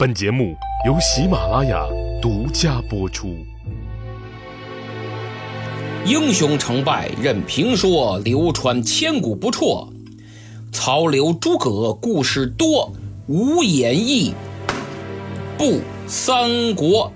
本节目由喜马拉雅独家播出。 英雄成败任评说，流传千古不辍。曹刘诸葛故事多，无演义不三国。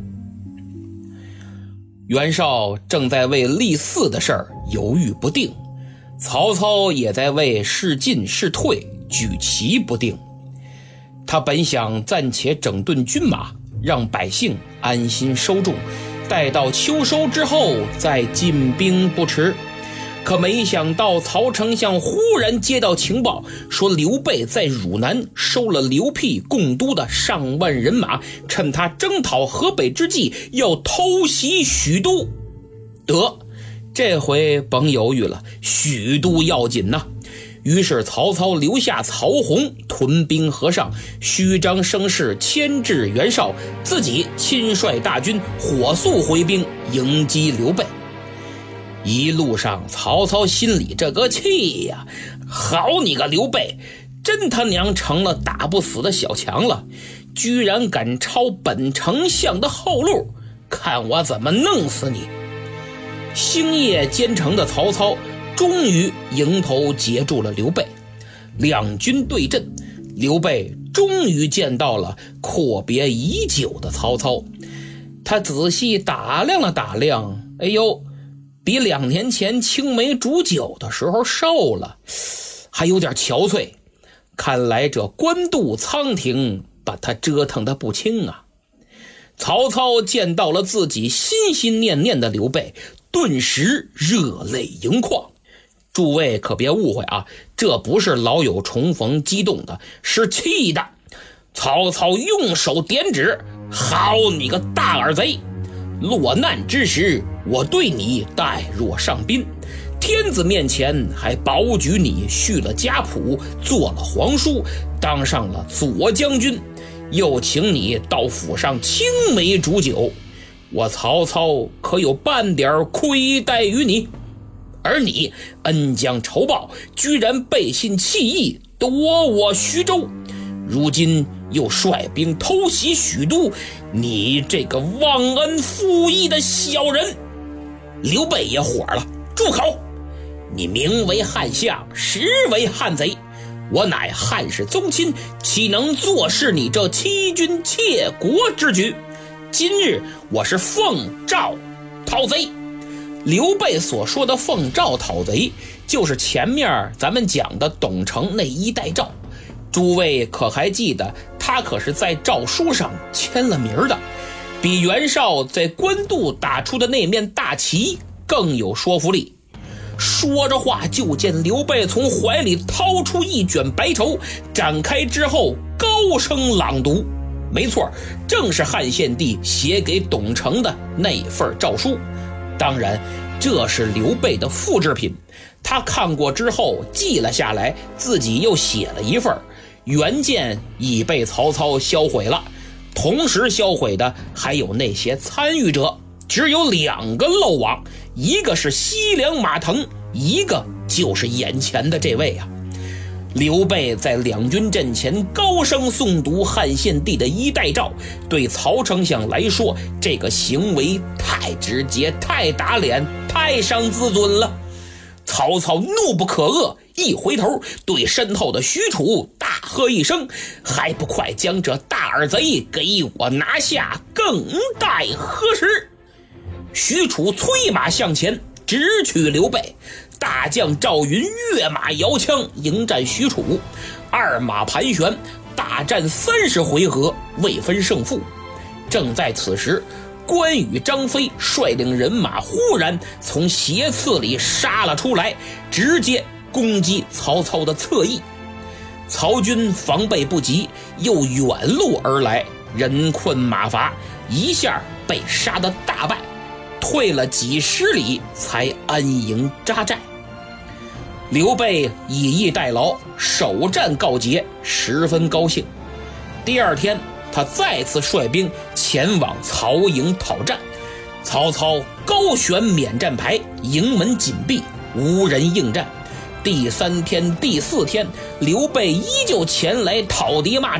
袁绍正在为立嗣的事儿犹豫不定，曹操也在为是进是退举棋不定。他本想暂且整顿军马，让百姓安心收种，待到秋收之后再进兵不迟。可没想到曹丞相忽然接到情报，说刘备在汝南收了刘辟共都的上万人马，趁他征讨河北之际要偷袭许都。得，这回甭犹豫了，许都要紧呐。于是曹操留下曹洪屯兵河上，虚张声势牵制袁绍，自己亲率大军火速回兵迎击刘备。一路上曹操心里这个气呀，好你个刘备，真他娘成了打不死的小强了，居然敢抄本丞相的后路，看我怎么弄死你。星夜兼程的曹操终于迎头截住了刘备，两军对阵，刘备终于见到了阔别已久的曹操。他仔细打量了打量，哎呦，比2年前青梅煮酒的时候瘦了，还有点憔悴。看来这官渡仓亭把他折腾得不轻啊。曹操见到了自己心心念念的刘备，顿时热泪盈眶。诸位可别误会啊，这不是老友重逢激动的，是气的。曹操用手点指，好你个大耳贼，落难之时我对你待若上宾，天子面前还保举你续了家谱，做了皇叔，当上了左将军，又请你到府上青梅煮酒，我曹操可有半点亏待于你？而你恩将仇报，居然背信弃义，夺我徐州，如今又率兵偷袭许都，你这个忘恩负义的小人！刘备也火了，住口！你名为汉相，实为汉贼，我乃汉室宗亲，岂能坐视你这欺君窃国之举？今日我是奉诏讨贼。刘备所说的奉诏讨贼，就是前面咱们讲的董承那一代诏。诸位可还记得，他可是在诏书上签了名的，比袁绍在官渡打出的那面大旗更有说服力。说着话，就见刘备从怀里掏出一卷白绸，展开之后高声朗读。没错，正是汉献帝写给董承的那份诏书。当然，这是刘备的复制品，他看过之后记了下来，自己又写了一份。原件已被曹操销毁了，同时销毁的还有那些参与者，只有2个漏网，一个是西凉马腾，一个就是眼前的这位啊。刘备在两军阵前高声诵读汉献帝的一代诏，对曹丞相来说，这个行为太直接，太打脸，太伤自尊了。曹操怒不可遏，一回头对身后的许褚大喝一声，还不快将这大耳贼给我拿下，更待何时？许褚催马向前，直取刘备。大将赵云跃马摇枪迎战许褚，二马盘旋，大战30回合，未分胜负。正在此时，关羽、张飞率领人马忽然从斜刺里杀了出来，直接攻击曹操的侧翼。曹军防备不及，又远路而来，人困马乏，一下被杀得大败，退了几十里才安营扎寨。刘备以逸待劳，首战告捷，十分高兴。第二天，他再次率兵前往曹营讨战。曹操高悬免战牌，营门紧闭，无人应战。第3天、第4天，刘备依旧前来讨敌骂阵，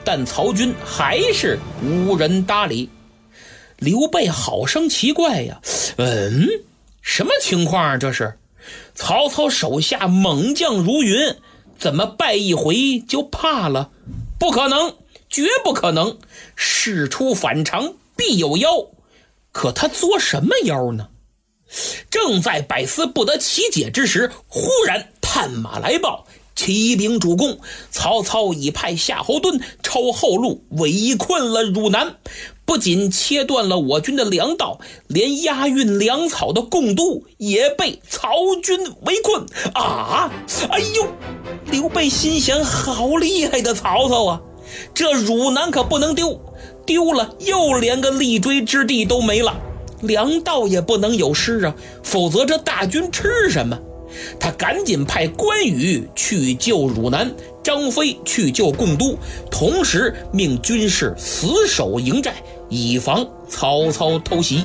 但曹军还是无人搭理。刘备好生奇怪呀，什么情况啊这是？曹操手下猛将如云，怎么败一回就怕了？不可能，绝不可能，事出反常必有妖。可他作什么妖呢？正在百思不得其解之时，忽然探马来报，骑兵主攻，曹操已派夏侯惇抽后路围困了汝南，不仅切断了我军的粮道，连押运粮草的贡都也被曹军围困啊！哎呦，刘备心想，好厉害的曹操啊，这汝南可不能丢，丢了又连个立锥之地都没了，粮道也不能有失啊，否则这大军吃什么？他赶紧派关羽去救汝南，张飞去救贡都，同时命军士死守营寨，以防曹操偷袭。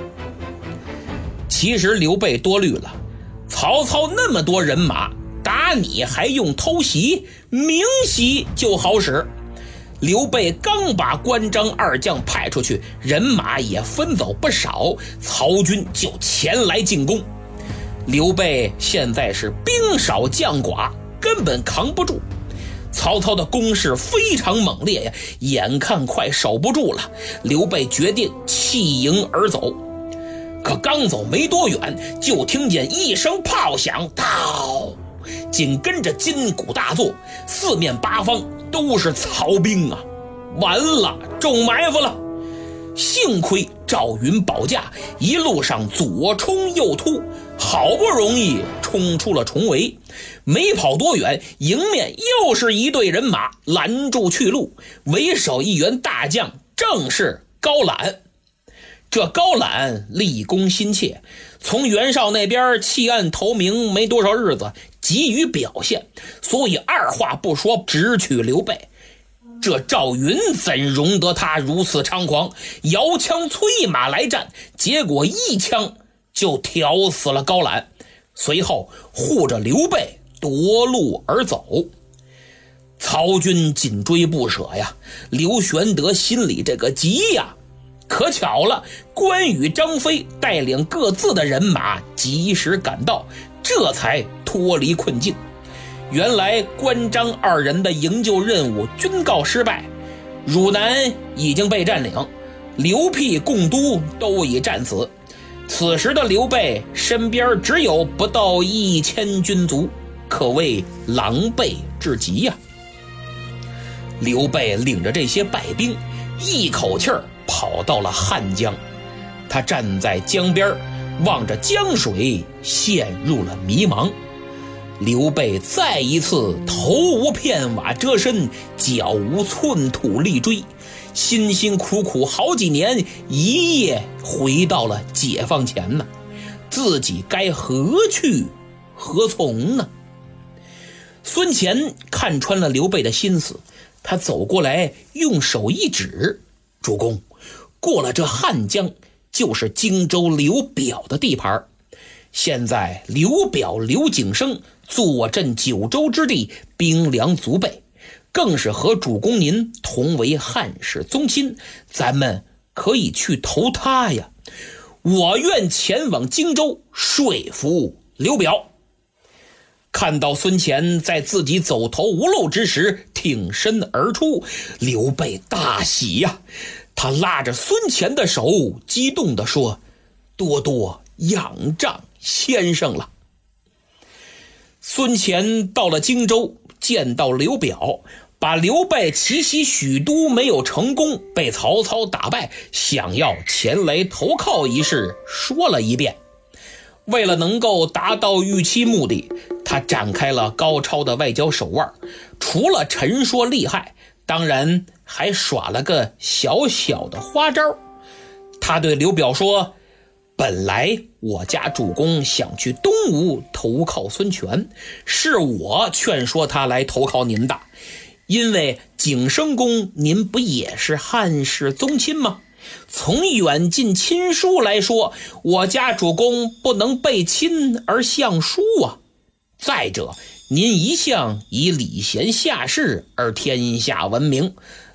其实刘备多虑了，曹操那么多人马，打你还用偷袭？明袭就好使。刘备刚把关张二将派出去，人马也分走不少，曹军就前来进攻。刘备现在是兵少将寡，根本扛不住。曹操的攻势非常猛烈呀，眼看快守不住了，刘备决定弃营而走。可刚走没多远，就听见一声炮响，到，紧跟着金鼓大作，四面八方都是曹兵啊！完了，中埋伏了。幸亏赵云保驾，一路上左冲右突，好不容易冲出了重围。没跑多远，迎面又是一队人马拦住去路，为首一员大将正是高览。这高览立功心切，从袁绍那边弃暗投明没多少日子，急于表现，所以二话不说直取刘备。这赵云怎容得他如此猖狂，摇枪催马来战，结果一枪就挑死了高览，随后护着刘备夺路而走。曹军紧追不舍呀，刘玄德心里这个急呀。可巧了，关羽、张飞带领各自的人马及时赶到，这才脱离困境。原来关张二人的营救任务均告失败，汝南已经被占领，刘辟、贡都都已战死。此时的刘备身边只有不到1000军卒，可谓狼狈至极呀。刘备领着这些败兵，一口气儿跑到了汉江，他站在江边，望着江水，陷入了迷茫。刘备再一次头无片瓦遮身，脚无寸土立锥，辛辛苦苦好几年，一夜回到了解放前呢，自己该何去何从呢？孙乾看穿了刘备的心思，他走过来用手一指，主公，过了这汉江就是荆州刘表的地盘，现在刘表刘景升坐镇九州之地，兵粮足备，更是和主公您同为汉室宗亲，咱们可以去投他呀。我愿前往荆州说服刘表。看到孙乾在自己走投无路之时挺身而出，刘备大喜呀，他拉着孙乾的手，激动地说：多多仰仗先生了。孙乾到了荆州，见到刘表，把刘备奇袭许都没有成功，被曹操打败，想要前来投靠一事说了一遍。为了能够达到预期目的，他展开了高超的外交手腕，除了陈说厉害，当然还耍了个小小的花招。他对刘表说：本来我家主公想去东吴投靠孙权，是我劝说他来投靠您的，因为景升公您不也是汉室宗亲吗？从远近亲疏来说，我家主公不能背亲而相疏啊。再者，您一向以礼贤下士而天下闻名，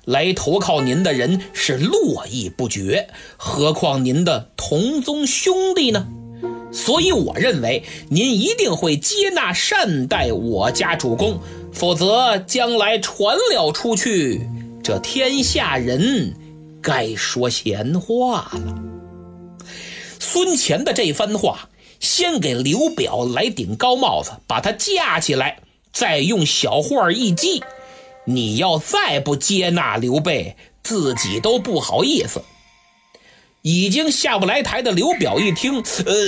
来投靠您的人是络绎不绝，何况您的同宗兄弟呢？所以我认为您一定会接纳善待我家主公，否则将来传了出去，这天下人该说闲话了。孙乾的这番话先给刘表来顶高帽子，把他架起来，再用小话一激，你要再不接纳刘备，自己都不好意思。已经下不来台的刘表一听，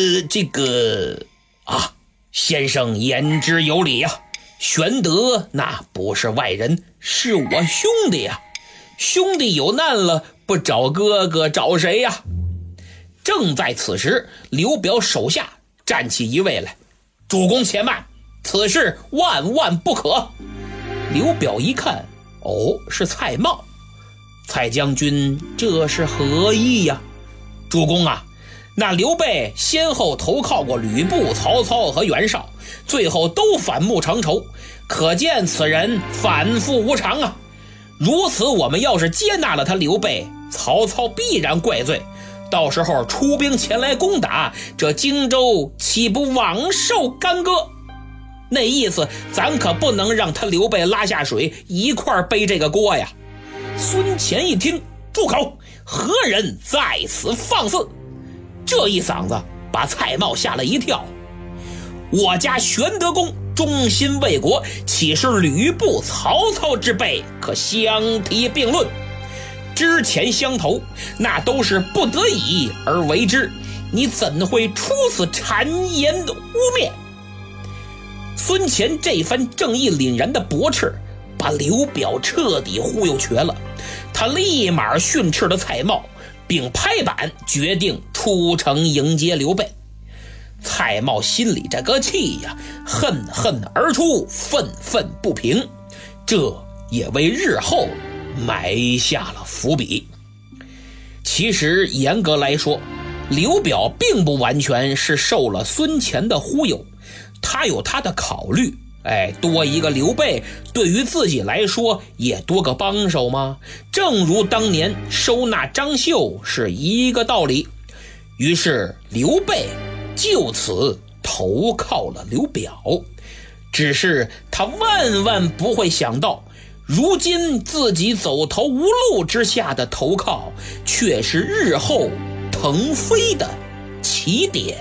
先生言之有理呀，玄德那不是外人，是我兄弟呀，兄弟有难了，不找哥哥找谁呀？正在此时，刘表手下站起一位来，主公且慢，此事万万不可。刘表一看，是蔡瑁。蔡将军这是何意呀？主公啊，那刘备先后投靠过吕布、曹操和袁绍，最后都反目成仇，可见此人反复无常啊。如此我们要是接纳了他刘备，曹操必然怪罪，到时候出兵前来攻打，这荆州岂不枉受干戈？那意思咱可不能让他刘备拉下水，一块背这个锅呀。孙乾一听，住口，何人在此放肆？这一嗓子把蔡瑁吓了一跳。我家玄德公忠心为国，岂是吕布、曹操之辈可相提并论？之前相投，那都是不得已而为之，你怎会出此谗言的污蔑？孙乾这番正义凛然的驳斥，把刘表彻底忽悠瘸了。他立马训斥了蔡瑁，并拍板决定出城迎接刘备。蔡瑁心里这个气呀，恨恨而出，愤愤不平，这也为日后埋下了伏笔。其实严格来说，刘表并不完全是受了孙乾的忽悠，他有他的考虑。多一个刘备对于自己来说也多个帮手吗？正如当年收纳张绣是一个道理。于是刘备就此投靠了刘表，只是他万万不会想到，如今自己走投无路之下的投靠，却是日后腾飞的起点。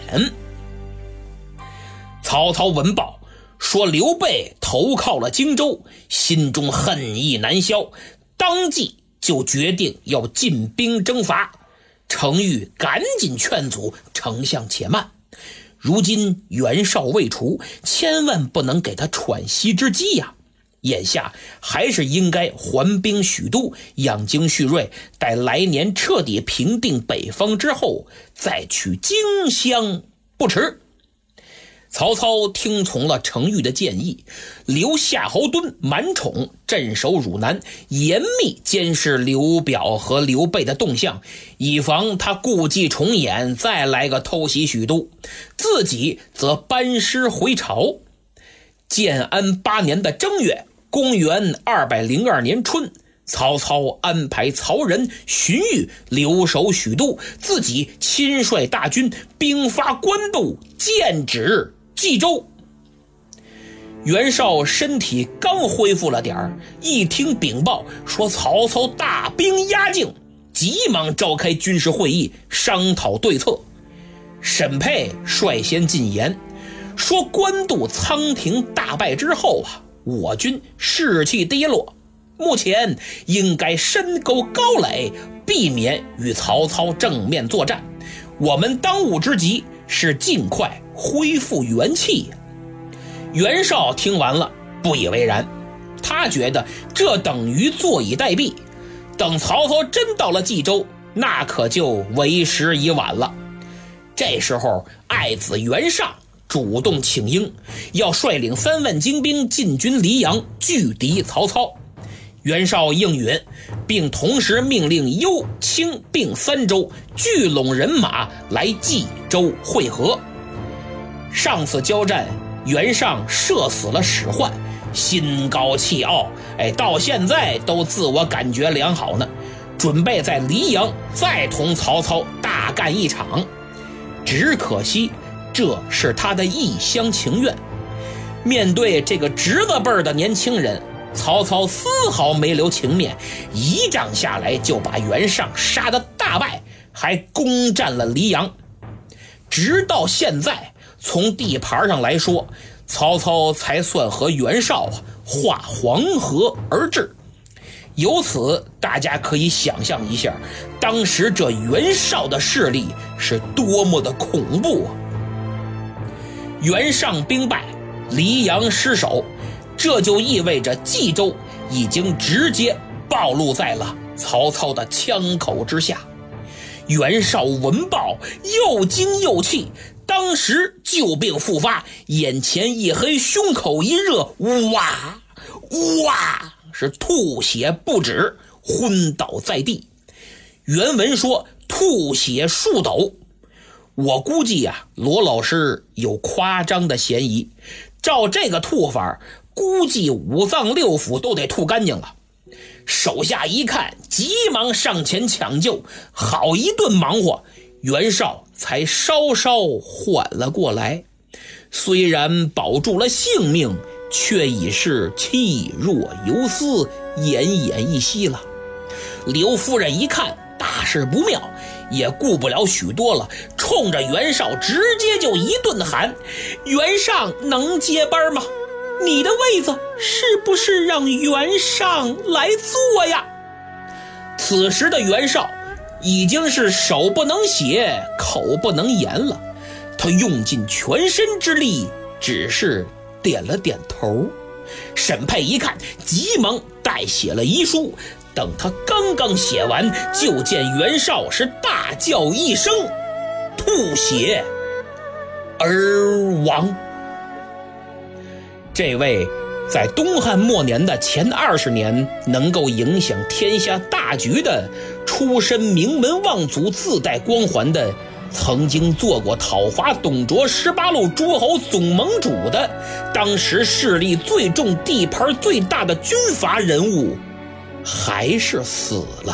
曹操闻报说刘备投靠了荆州，心中恨意难消，当即就决定要进兵征伐。程昱赶紧劝阻丞相且慢，如今袁绍未除，千万不能给他喘息之机呀。眼下还是应该还兵许都，养精蓄锐，待来年彻底平定北方之后，再取荆襄不迟。曹操听从了程昱的建议，留夏侯惇、满宠镇守汝南，严密监视刘表和刘备的动向，以防他故伎重演，再来个偷袭许都。自己则班师回朝。建安8年的正月，公元202年春，曹操安排曹仁、荀彧留守许都，自己亲率大军兵发官渡，剑指冀州。袁绍身体刚恢复了点儿，一听禀报说曹操大兵压境，急忙召开军事会议商讨对策。沈沛率先进言说，官渡仓亭大败之后我军士气低落，目前应该深沟高垒，避免与曹操正面作战。我们当务之急是尽快恢复元气。袁绍听完了不以为然，他觉得这等于坐以待毙，等曹操真到了冀州，那可就为时已晚了。这时候爱子袁尚主动请缨，要率领3万精兵进军黎阳，拒敌曹操。袁绍应允，并同时命令幽、青并3州聚拢人马来冀州会合。上次交战，袁尚射死了史涣， 心高气傲，到现在都自我感觉良好呢，准备在黎阳再同曹操大干一场。只可惜这是他的一厢情愿。面对这个侄子辈的年轻人，曹操丝毫没留情面，一仗下来就把袁尚杀得大败，还攻占了黎阳。直到现在，从地盘上来说，曹操才算和袁绍划黄河而治。由此大家可以想象一下，当时这袁绍的势力是多么的恐怖啊！袁尚兵败，黎阳失守，这就意味着冀州已经直接暴露在了曹操的枪口之下。袁绍闻报又惊又气，当时旧病复发，眼前一黑，胸口一热，哇哇是吐血不止，昏倒在地。原文说吐血数斗，我估计罗老师有夸张的嫌疑，照这个吐法，估计五脏六腑都得吐干净了。手下一看，急忙上前抢救，好一顿忙活，袁绍才稍稍缓了过来。虽然保住了性命，却已是气若游丝，奄奄一息了。刘夫人一看大事不妙，也顾不了许多了，冲着袁绍直接就一顿喊：袁尚能接班吗？你的位子是不是让袁尚来做呀？此时的袁绍已经是手不能写，口不能言了，他用尽全身之力，只是点了点头。沈佩一看，急忙代写了遗书，等他刚刚写完，就见袁绍是大叫一声，吐血而亡。这位在东汉末年的前20年能够影响天下大局的，出身名门望族，自带光环的，曾经做过讨伐董卓18路诸侯总盟主的，当时势力最重、地盘最大的军阀人物，还是死了。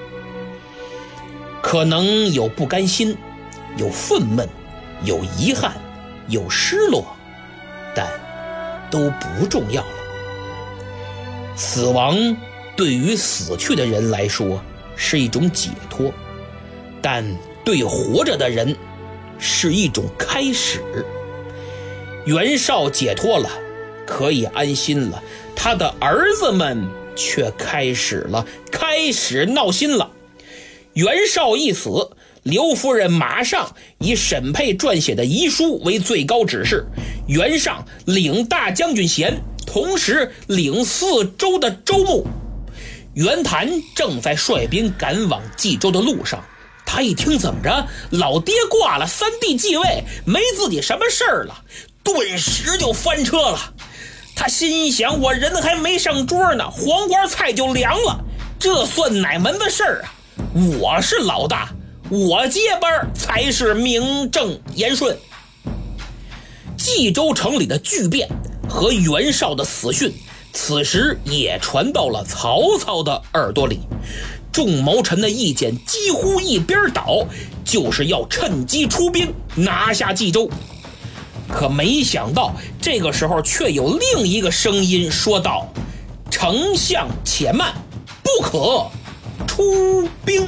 可能有不甘心，有愤懑，有遗憾，有失落，但都不重要了。死亡对于死去的人来说是一种解脱，但对活着的人是一种开始。袁绍解脱了，可以安心了，他的儿子们却开始闹心了。袁绍一死，刘夫人马上以沈佩撰写的遗书为最高指示，袁尚领大将军衔，同时领4州的州牧。袁谭正在率兵赶往冀州的路上，他一听怎么着，老爹挂了，3弟继位，没自己什么事儿了，顿时就翻车了。他心想，我人还没上桌呢，黄瓜菜就凉了，这算哪门子事儿啊？我是老大，我接班才是名正言顺。冀州城里的巨变和袁绍的死讯，此时也传到了曹操的耳朵里。众谋臣的意见几乎一边倒，就是要趁机出兵拿下冀州。可没想到这个时候却有另一个声音说道：丞相且慢，不可出兵。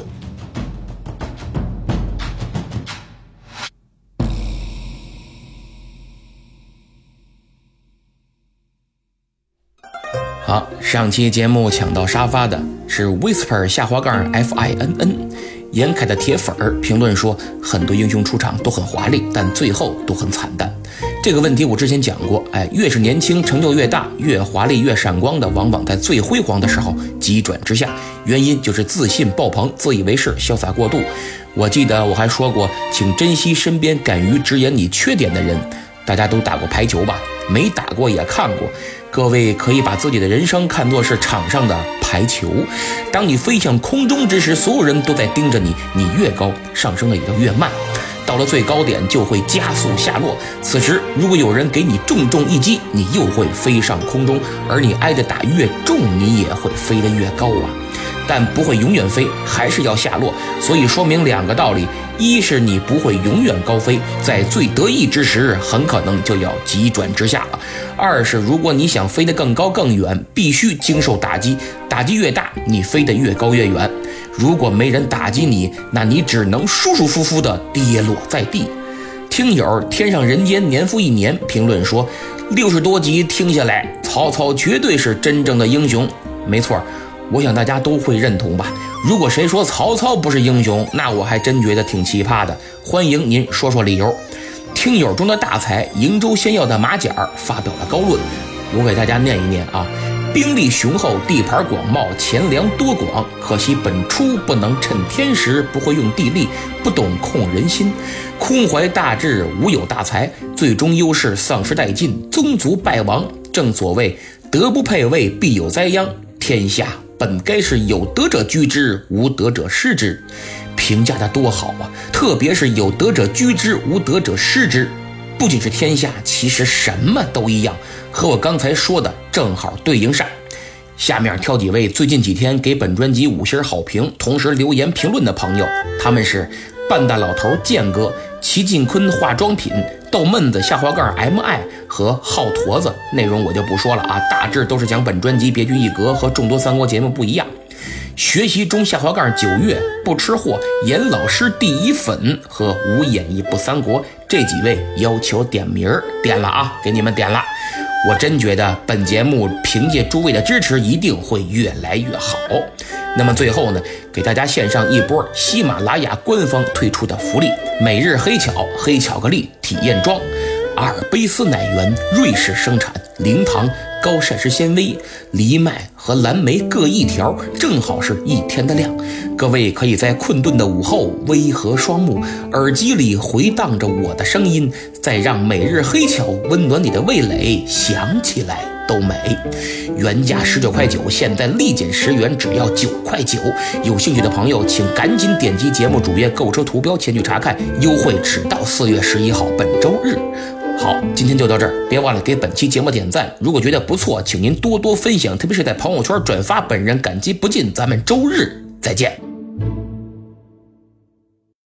好，上期节目抢到沙发的是 Whisper_FINN 严凯的铁粉儿评论说，很多英雄出场都很华丽，但最后都很惨淡。这个问题我之前讲过，越是年轻成就越大，越华丽越闪光的，往往在最辉煌的时候急转直下，原因就是自信爆棚，自以为是，潇洒过度。我记得我还说过，请珍惜身边敢于直言你缺点的人。大家都打过排球吧？没打过也看过。各位可以把自己的人生看作是场上的排球，当你飞向空中之时，所有人都在盯着你，你越高，上升的也就越慢。到到了最高点就会加速下落。此时如果有人给你重重一击，你又会飞上空中，而你挨的打越重，你也会飞得越高啊。但不会永远飞，还是要下落，所以说明2个道理：一是你不会永远高飞，在最得意之时很可能就要急转直下了；二是如果你想飞得更高更远，必须经受打击，打击越大，你飞得越高越远。如果没人打击你，那你只能舒舒服服地跌落在地。听友天上人间年复一年评论说，60多集听下来，曹操绝对是真正的英雄。没错，我想大家都会认同吧。如果谁说曹操不是英雄，那我还真觉得挺奇葩的。欢迎您说说理由。听友中的大才瀛州仙药的马甲发表了高论，我给大家念一念啊。兵力雄厚，地盘广袤，钱粮多广，可惜本初不能趁天时，不会用地利，不懂控人心，空怀大志，无有大才，最终优势丧失殆尽，宗族败亡。正所谓德不配位，必有灾殃，天下本该是有德者居之，无德者失之。评价的多好啊，特别是有德者居之，无德者失之。不仅是天下，其实什么都一样，和我刚才说的正好对应上。下面挑几位最近几天给本专辑5星好评，同时留言评论的朋友，他们是半大老头剑哥、齐晋坤化妆品、逗闷子_MI 和浩驼子。内容我就不说了啊，大致都是讲本专辑别具一格，和众多三国节目不一样。学习中_9月、不吃货、严老师第一粉和无演义不三国，这几位要求点名，点了啊，给你们点了。我真觉得本节目凭借诸位的支持一定会越来越好。那么最后呢，给大家献上一波喜马拉雅官方推出的福利：每日黑巧克力体验装，阿尔卑斯奶源瑞士生产，零糖高膳食纤维，藜麦和蓝莓各1条，正好是1天的量。各位可以在困顿的午后微合双目，耳机里回荡着我的声音，再让每日黑巧温暖你的味蕾，想起来都美。原价19.9块，现在立减10元，只要9.9块。有兴趣的朋友请赶紧点击节目主页购车图标前去查看，优惠只到4月11号本周日。好，今天就到这儿，别忘了给本期节目点赞。如果觉得不错，请您多多分享，特别是在朋友圈转发，本人感激不尽。咱们周日再见。